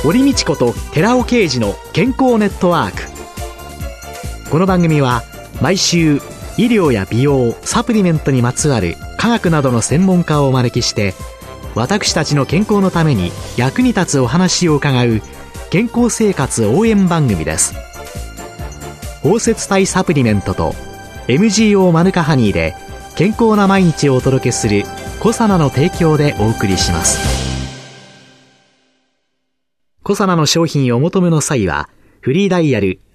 堀道子と寺尾啓二の健康ネットワーク。この番組は毎週医療や美容、サプリメントにまつわる科学などの専門家をお招きして、私たちの健康のために役に立つお話を伺う健康生活応援番組です。包摂体サプリメントと MGO マヌカハニーで健康な毎日をお届けするコサナの提供でお送りします。コサナの商品をお求めの際はフリーダイヤル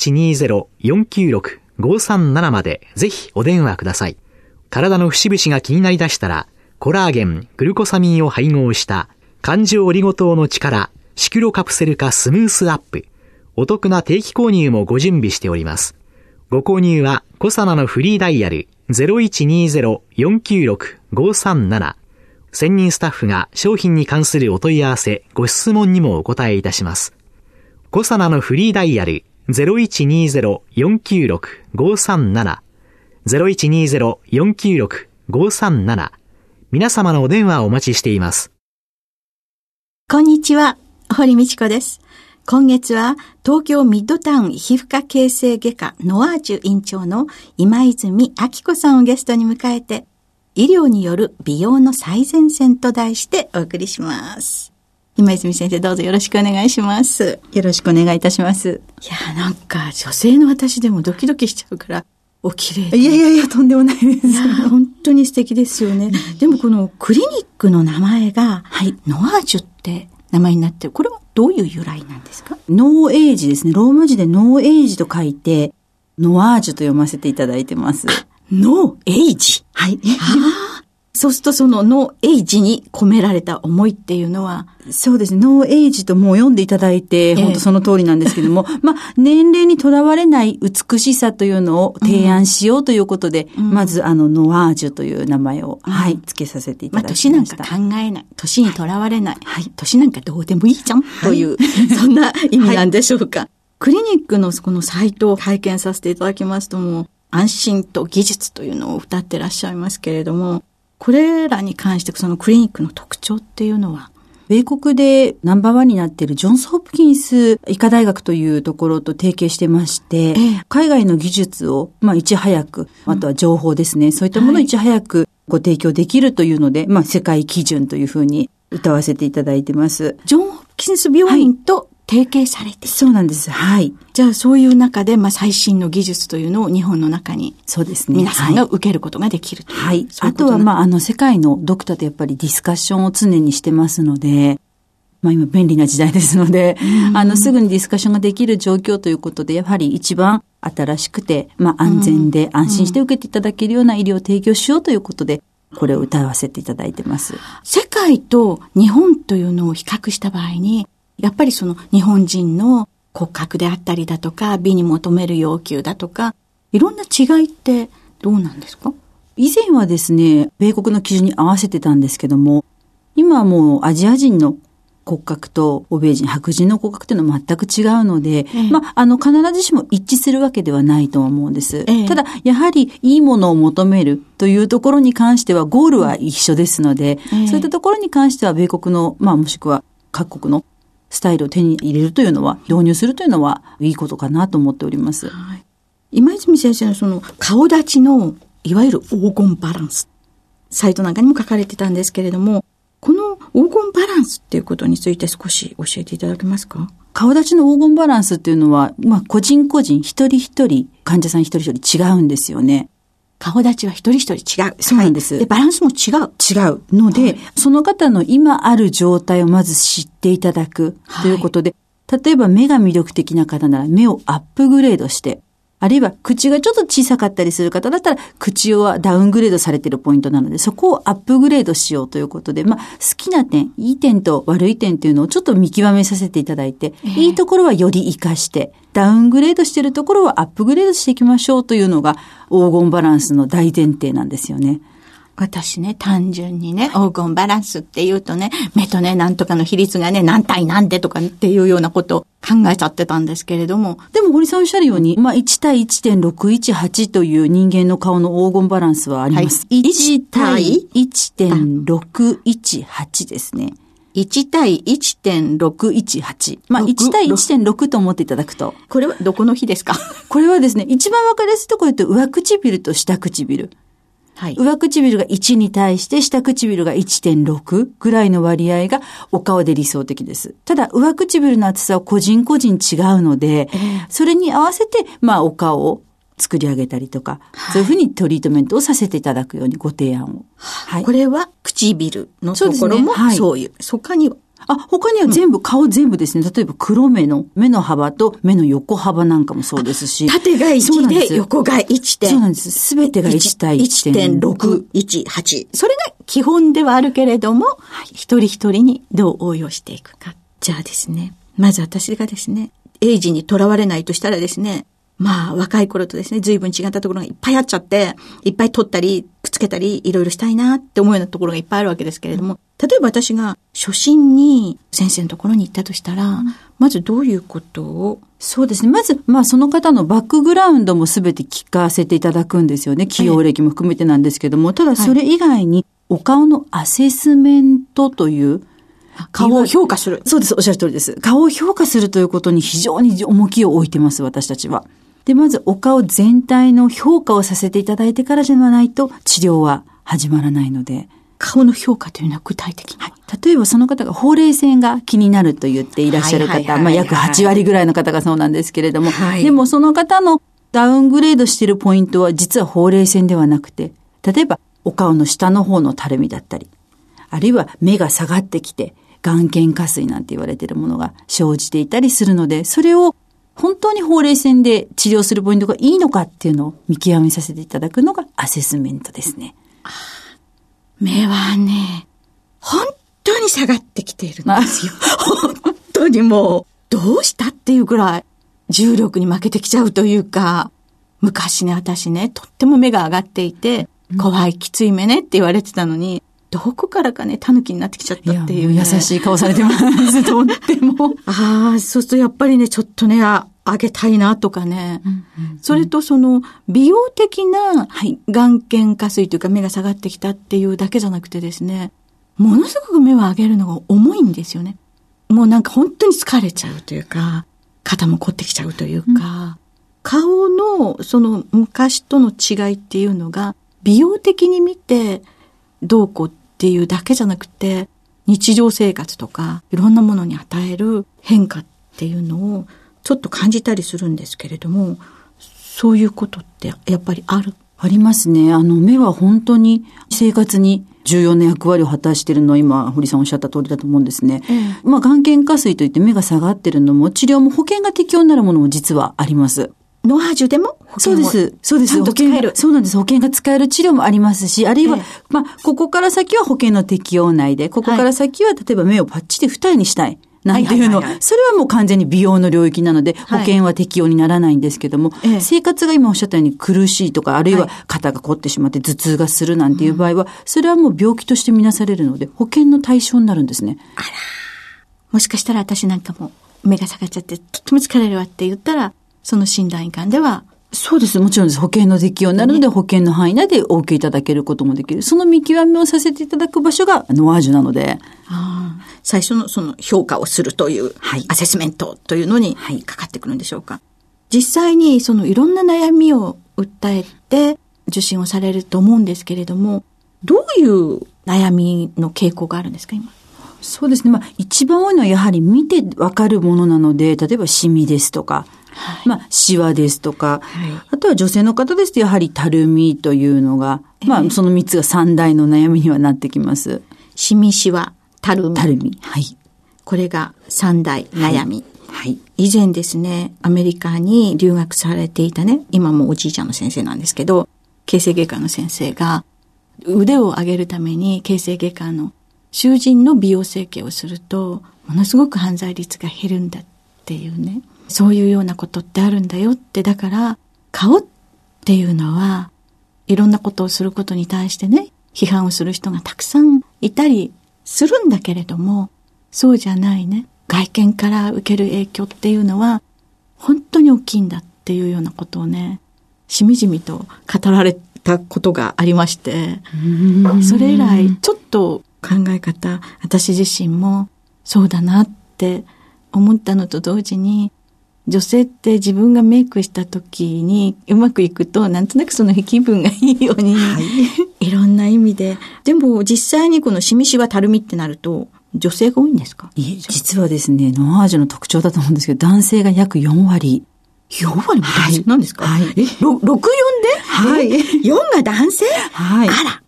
0120-496-537 までぜひお電話ください。体の節々が気になりだしたら、コラーゲン、グルコサミンを配合した環状オリゴ糖の力シクロカプセル化スムースアップ、お得な定期購入もご準備しております。ご購入はコサナのフリーダイヤル 0120-496-537、専任スタッフが商品に関するお問い合わせ、ご質問にもお答えいたします。コサナのフリーダイヤル 0120-496-537、0120-496-537、皆様のお電話をお待ちしています。 こんにちは、堀道子です。今月は東京ミッドタウン皮膚科形成外科ノアージュ院長の今泉明子さんをゲストに迎えて、医療による美容の最前線と題してお送りします。今泉先生、どうぞよろしくお願いします。 よろしくお願いいたします。 いや、なんか女性の私でもドキドキしちゃうからお綺麗で。 いやとんでもないです。 いや本当に素敵ですよね。でもこのクリニックの名前が、はい、ノアージュって名前になってる。これはどういう由来なんですか？ ノーエイジですね。ローマ字でノーエイジと書いてノアージュと読ませていただいてます。 ノーエイジ。はい。そうするとそのノーエイジに込められた思いっていうのは、 そうですね。ノーエイジともう読んでいただいて、本当その通りなんですけども、年齢にとらわれない美しさというのを提案しようということで、まずノアージュという名前を、付けさせていただきました。 年なんか考えない。年にとらわれない。はい。年なんかどうでもいいじゃん、という、そんな意味なんでしょうか。クリニックのこのサイトを拝見させていただきますと、もう安心と技術というのを謳ってらっしゃいますけれども、これらに関してそのクリニックの特徴っていうのは、 米国でナンバーワンになっているジョンズ・ホプキンス医科大学というところと提携してまして、海外の技術をいち早く、あとは情報ですね、そういったものをいち早くご提供できるというので、世界基準というふうに謳わせていただいてます。 ジョン・ホプキンス病院と提携されている。 そうなんです。はい。 じゃあそういう中で、最新の技術というのを日本の中に、 そうですね。 皆さんが受けることができるという。 はい。あとは世界のドクターとやっぱりディスカッションを常にしてますので、今便利な時代ですので、すぐにディスカッションができる状況ということで、やはり一番新しくて、安全で安心して受けていただけるような医療を提供しようということで、これを謳わせていただいてます。 世界と日本というのを比較した場合に、やっぱりその日本人の骨格であったりだとか、美に求める要求だとか、いろんな違いってどうなんですか？ 以前はですね、米国の基準に合わせてたんですけども、今はもうアジア人の骨格と欧米人、白人の骨格というのは全く違うので、必ずしも一致するわけではないと思うんです。ただ、やはりいいものを求めるというところに関しては、ゴールは一緒ですので、そういったところに関しては、米国の、もしくは各国のスタイルを手に入れるというのは、導入するというのはいいことかなと思っております。 はい、今泉先生のその顔立ちのいわゆる黄金バランス、サイトなんかにも書かれてたんですけれども、この黄金バランスっていうことについて少し教えていただけますか？ 顔立ちの黄金バランスっていうのは、個人個人、一人一人、患者さん一人一人違うんですよね。 顔立ちは一人一人違う。 そうなんです。 で、バランスも違うので、その方の今ある状態をまず知っていただくということで、例えば目が魅力的な方なら目をアップグレードして、あるいは口がちょっと小さかったりする方だったら口はダウングレードされているポイントなので、そこをアップグレードしようということで、好きな点、いい点と悪い点というのをちょっと見極めさせていただいて、いいところはより活かして、ダウングレードしているところはアップグレードしていきましょうというのが黄金バランスの大前提なんですよね。 私ね、単純にね、黄金バランスっていうとね、目とね、なんとかの比率がね、何対何でとかっていうようなことを考えちゃってたんですけれども。 でも堀さんおっしゃるように、1対 1.618 という人間の顔の黄金バランスはあります。1対 1.618 ですね。 1対 1.618。 まあ、1対 1.6 と思っていただくと。 これはどこの比ですか？ これはですね、一番わかりやすいところで言うと、上唇と下唇。 はい。 上唇が1に対して下唇が 1.6 ぐらいの割合がお顔で理想的です。ただ上唇の厚さは個人個人違うので、それに合わせてまあお顔を作り上げたりとか、はい、そういうふうにトリートメントをさせていただくようにご提案を。 はい。これは唇のところもそういう。他には他には全部、顔全部ですね。例えば黒目の幅と目の横幅なんかもそうですし。 縦が1で横が1 そうなんです。すべてが1対 1.618。それが基本ではあるけれども、一人一人にどう応用していくか。じゃあですね、まず私がですね、エイジにとらわれないとしたらですね、まあ若い頃とですね、随分違ったところがいっぱいあっちゃって、いっぱい取ったり、くっつけたり、いろいろしたいなって思うようなところがいっぱいあるわけですけれども、例えば私が初心に先生のところに行ったとしたら、まずどういうことを？ そうですね。まず、その方のバックグラウンドもすべて聞かせていただくんですよね。起用歴も含めてなんですけども、ただそれ以外に、お顔のアセスメントという、 顔を評価する。 そうです。おっしゃる通りです。顔を評価するということに非常に重きを置いてます、私たちは。で、まずお顔全体の評価をさせていただいてからじゃないと治療は始まらないので。 顔の評価というのは具体的に。 はい。例えばその方がほうれい線が気になると言っていらっしゃる方、約8割ぐらいの方がそうなんですけれども、はい、でもその方のダウングレードしているポイントは実はほうれい線ではなくて、例えばお顔の下の方のたるみだったり、あるいは目が下がってきて、眼瞼下垂なんて言われているものが生じていたりするので、それを本当にほうれい線で治療するポイントがいいのかっていうのを見極めさせていただくのがアセスメントですね。 目はね、本当に下がってきているんですよ。本当にもう、どうしたっていうくらい重力に負けてきちゃうというか、昔ね、私ね、とっても目が上がっていて、怖いきつい目ねって言われてたのに、どこからかね、狸になってきちゃったっていう、ね。 優しい顔されてます、とっても。 そうするとやっぱりね、ちょっとね、上げたいなとかね。それとその、美容的な眼瞼下垂というか目が下がってきたっていうだけじゃなくてですね、ものすごく目を上げるのが重いんですよね。もうなんか本当に疲れちゃうというか、肩も凝ってきちゃうというか、顔のその昔との違いっていうのが、美容的に見てどうこうっていうだけじゃなくて、日常生活とかいろんなものに与える変化っていうのをちょっと感じたりするんですけれども、そういうことってやっぱりありますね。目は本当に生活に重要な役割を果たしているのは今、堀さんおっしゃった通りだと思うんですね。眼瞼下垂といって目が下がっているのも治療も保険が適用になるものも実はあります。 ノアージュでも保険をそうです。 ちゃんと使える。 そうなんです。保険が使える治療もありますし、あるいは、ここから先は保険の適用内で、ここから先は例えば目をパッチリ二重にしたい。なんていうの、それはもう完全に美容の領域なので、保険は適用にならないんですけども、生活が今おっしゃったように苦しいとか、あるいは肩が凝ってしまって頭痛がするなんていう場合は、それはもう病気としてみなされるので、保険の対象になるんですね。 あら。もしかしたら私なんかも目が下がっちゃって、とっても疲れるわって言ったら、その診断医官では、 そうです。もちろんです。保険の適用になるので、保険の範囲内でお受けいただけることもできる。その見極めをさせていただく場所がノアージュなので。 最初のその評価をするという、アセスメントというのにかかってくるんでしょうか。実際にそのいろんな悩みを訴えて受診をされると思うんですけれども、どういう悩みの傾向があるんですか、今？ そうですね。一番多いのはやはり見てわかるものなので、例えばシミですとか、シワですとか、あとは女性の方ですとやはりたるみというのが、その3つが3大の悩みにはなってきます。 シミ、シワ、たるみ。 はい。 これが3大悩み。以前ですね、アメリカに留学されていたね、今もおじいちゃんの先生なんですけど、形成外科の先生が腕を上げるために形成外科の囚人の美容整形をすると、ものすごく犯罪率が減るんだっていうね。そういうようなことってあるんだよって、だから顔っていうのはいろんなことをすることに対してね、批判をする人がたくさんいたりするんだけれども、そうじゃないね、外見から受ける影響っていうのは本当に大きいんだっていうようなことをね、しみじみと語られたことがありまして、それ以来ちょっと考え方、私自身もそうだなって思ったのと同時に、女性って自分がメイクした時にうまくいくと、なんとなくその日気分がいいように、いろんな意味で。でも実際にこのシミシワたるみってなると、女性が多いんですか？ いえ、実はですね、ノアージュの特徴だと思うんですけど、男性が約4割。 4割も男性なんですか？ はい。 64で？ はい。 4が男性？ はい。 あら。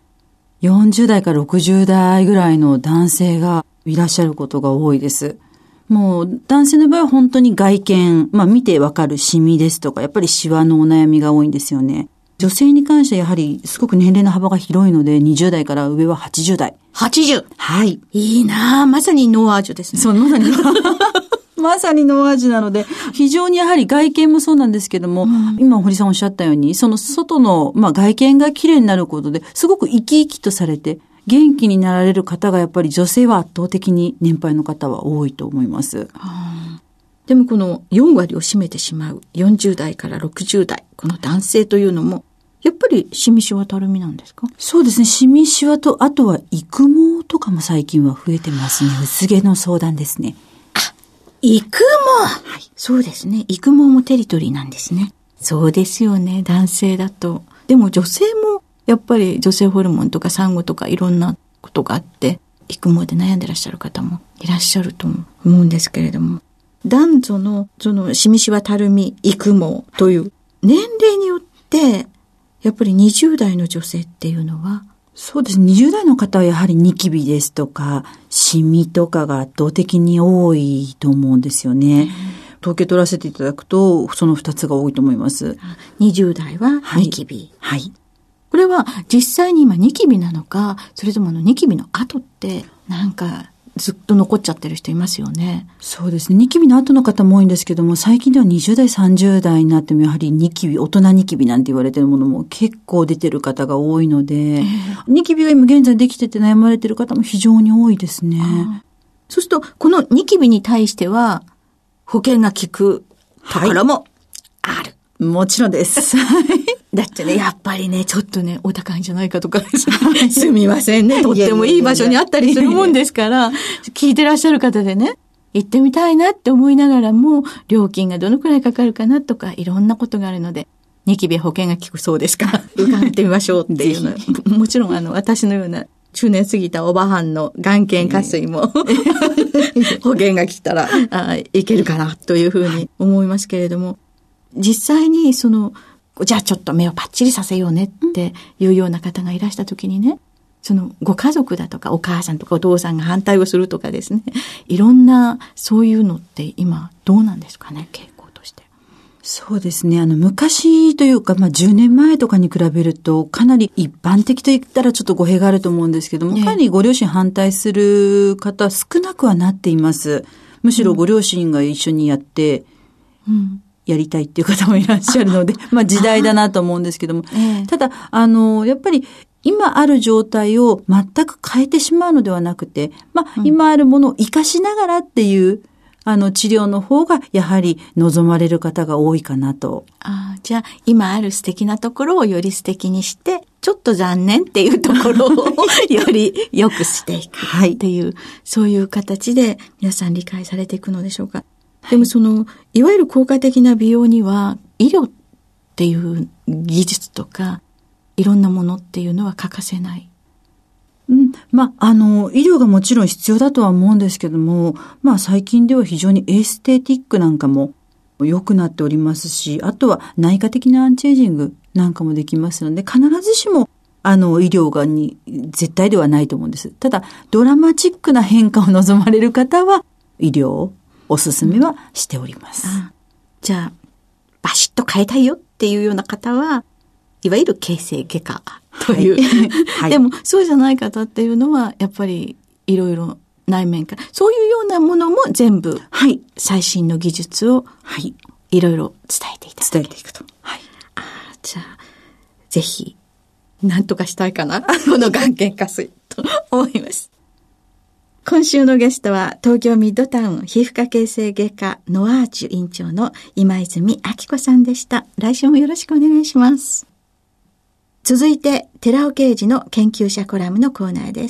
40代から60代ぐらいの男性がいらっしゃることが多いです。もう男性の場合は本当に外見、見てわかるシミですとか、やっぱりシワのお悩みが多いんですよね。女性に関してはやはりすごく年齢の幅が広いので、20代から上は80代。 80？ はい。 いいなぁ。まさにノーアージュですね。 そう、まさにノーアージュなので、非常にやはり外見もそうなんですけども、今堀さんおっしゃったように、その外の、外見が綺麗になることで、すごく生き生きとされて、元気になられる方がやっぱり女性は圧倒的に年配の方は多いと思います。 でもこの4割を占めてしまう40代から60代、この男性というのも、やっぱりシミシワたるみなんですか？ そうですね。シミシワと、あとは育毛とかも最近は増えてますね。薄毛の相談ですね。 育毛、はい、そうですね。育毛もテリトリーなんですね。そうですよね。男性だと。でも女性もやっぱり女性ホルモンとか産後とかいろんなことがあって、育毛で悩んでらっしゃる方もいらっしゃると思うんですけれども、男女のそのシミシワたるみ、育毛という年齢によってやっぱり20代の女性っていうのは、 そうですね。20代の方はやはりニキビですとか、シミとかが圧倒的に多いと思うんですよね。統計取らせていただくと、その2つが多いと思います。 20代はニキビ。 はい。はい。 これは実際に今ニキビなのか、それともニキビの後ってなんかずっと残っちゃってる人いますよね。 そうですね。ニキビの後の方も多いんですけども、最近では20代、30代になってもやはりニキビ、大人ニキビなんて言われてるものも結構出てる方が多いので、ニキビが今現在できてて悩まれてる方も非常に多いですね。 そうすると、このニキビに対しては保険が効くところもある。 はい、もちろんです。 だってね、やっぱりね、ちょっとね、お高いんじゃないかとか、すみませんね、とってもいい場所にあったりするもんですから、聞いてらっしゃる方でね、行ってみたいなって思いながらも、料金がどのくらいかかるかなとか、いろんなことがあるので、ニキビ保険が効くそうですから、伺ってみましょうっていうの。もちろん、私のような中年過ぎたおばはんの眼瞼下垂も、保険が効いたらいけるかなというふうに思いますけれども、実際にじゃあちょっと目をパッチリさせようねっていうような方がいらした時にね、ご家族だとかお母さんとかお父さんが反対をするとかですね、いろんなそういうのって今どうなんですかね、傾向として。 そうですね。昔というか、10年前とかに比べるとかなり一般的と言ったらちょっと語弊があると思うんですけども、かなりご両親反対する方少なくはなっています。むしろご両親が一緒にやって、やりたいっていう方もいらっしゃるので、時代だなと思うんですけども。ただ、やっぱり今ある状態を全く変えてしまうのではなくて、今あるものを活かしながらっていう、治療の方がやはり望まれる方が多いかなと。 じゃあ、今ある素敵なところをより素敵にして、ちょっと残念っていうところをより良くしていくっていう、そういう形で皆さん理解されていくのでしょうか。でもいわゆる効果的な美容には、医療っていう技術とか、いろんなものっていうのは欠かせない。 医療がもちろん必要だとは思うんですけども、最近では非常にエステティックなんかも良くなっておりますし、あとは内科的なアンチエイジングなんかもできますので、必ずしも医療が絶対ではないと思うんです。ただ、ドラマチックな変化を望まれる方は、医療をおすすめはしております。 じゃあ、バシッと変えたいよっていうような方は、いわゆる形成外科という、でもそうじゃない方っていうのはやっぱりいろいろ内面からそういうようなものも全部、最新の技術をいろいろ伝えていくと。じゃあぜひ何とかしたいかなこの眼瞼下垂と思います。今週のゲストは東京ミッドタウン皮膚科形成外科ノアーチュ院長の今泉明子さんでした。来週もよろしくお願いします。続いて、寺尾啓二の研究者コラムのコーナーです。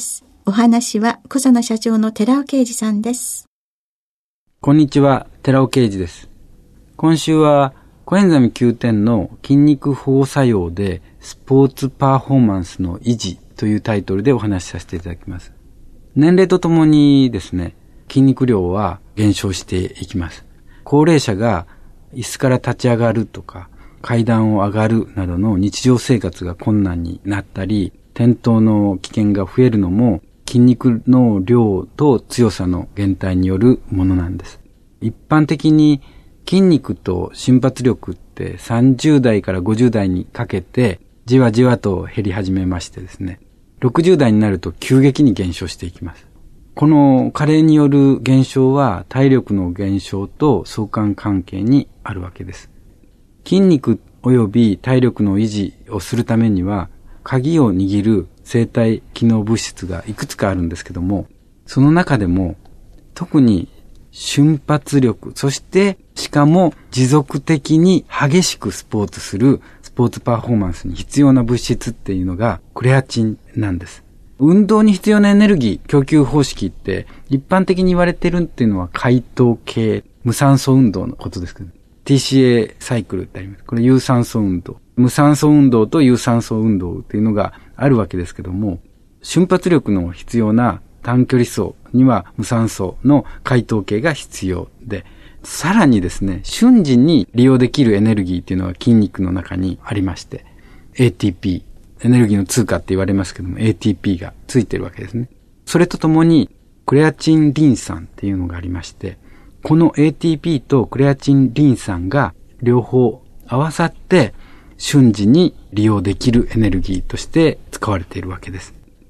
お話は小佐奈社長の寺尾啓二さんです。 こんにちは、寺尾啓二です。今週はコエンザミ Q10 の筋肉保護作用でスポーツパフォーマンスの維持というタイトルでお話しさせていただきます。年齢とともにですね、筋肉量は減少していきます。高齢者が椅子から立ち上がるとか階段を上がるなどの日常生活が困難になったり、転倒の危険が増えるのも筋肉の量と強さの減退によるものなんです。一般的に筋肉と瞬発力って30代から50代にかけてじわじわと減り始めましてですね、60代になると急激に減少していきます。この加齢による減少は体力の減少と相関関係にあるわけです。筋肉及び体力の維持をするためには鍵を握る生体機能物質がいくつかあるんですけども、その中でも特に瞬発力、そしてしかも持続的に激しくスポーツするスポーツパフォーマンスに必要な物質っていうのがクレアチンなんです。運動に必要なエネルギー供給方式って一般的に言われてるっていうのは解凍系無酸素運動のことですけど、TCA サイクルってあります。これ有酸素運動、無酸素運動と有酸素運動っていうのがあるわけですけども、瞬発力の必要な短距離走には無酸素の解凍系が必要で、さらにですね、瞬時に利用できるエネルギーっていうのは筋肉の中にありまして、ATP、エネルギーの通貨って言われますけども、ATP がついてるわけですね。それとともに、クレアチンリン酸っていうのがありまして、この ATP とクレアチンリン酸が両方合わさって瞬時に利用できるエネルギーとして使われているわけです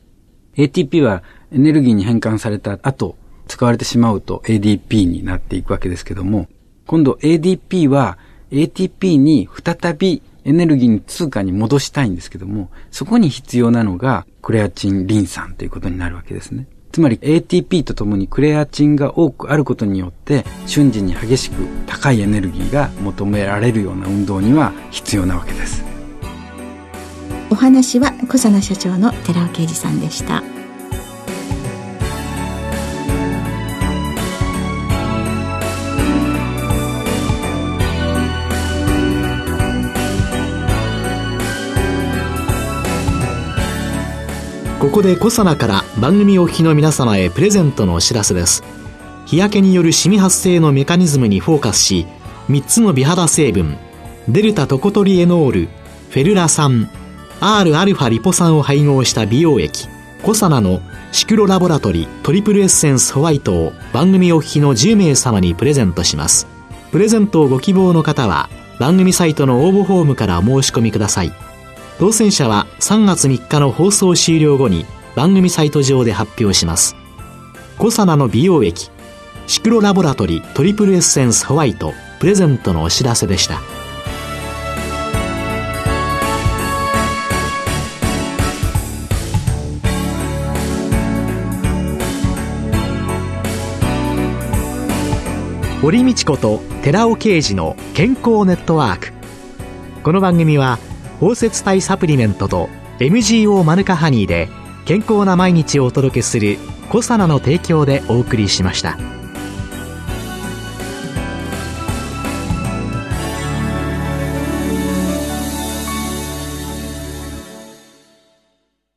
。ATP はエネルギーに変換された後、使われてしまうと ADP になっていくわけですけども、今度 ADP は ATP に再びエネルギーの通貨に戻したいんですけども、そこに必要なのがクレアチンリン酸ということになるわけですね。つまり ATP とともにクレアチンが多くあることによって瞬時に激しく高いエネルギーが求められるような運動には必要なわけです。 お話は小佐奈社長の寺尾啓二さんでした。 ここでコサナから番組お聞きの皆様へプレゼントのお知らせです。日焼けによるシミ発生のメカニズムにフォーカスし、3つの美肌成分デルタトコトリエノール、フェルラ酸、Rα リポ酸を配合した美容液コサナのシクロラボラトリトリプルエッセンスホワイトを番組お聞きの10名様にプレゼントします。プレゼントをご希望の方は番組サイトの応募フォームからお申し込みください。当選者は3月3日の放送終了後に番組サイト上で発表します。コサナの美容液シクロラボラトリトリプルエッセンスホワイトプレゼントのお知らせでした。堀道子と寺尾啓二の健康ネットワーク。この番組は包摂体サプリメントと MGO マヌカハニーで健康な毎日をお届けするコサナの提供でお送りしました。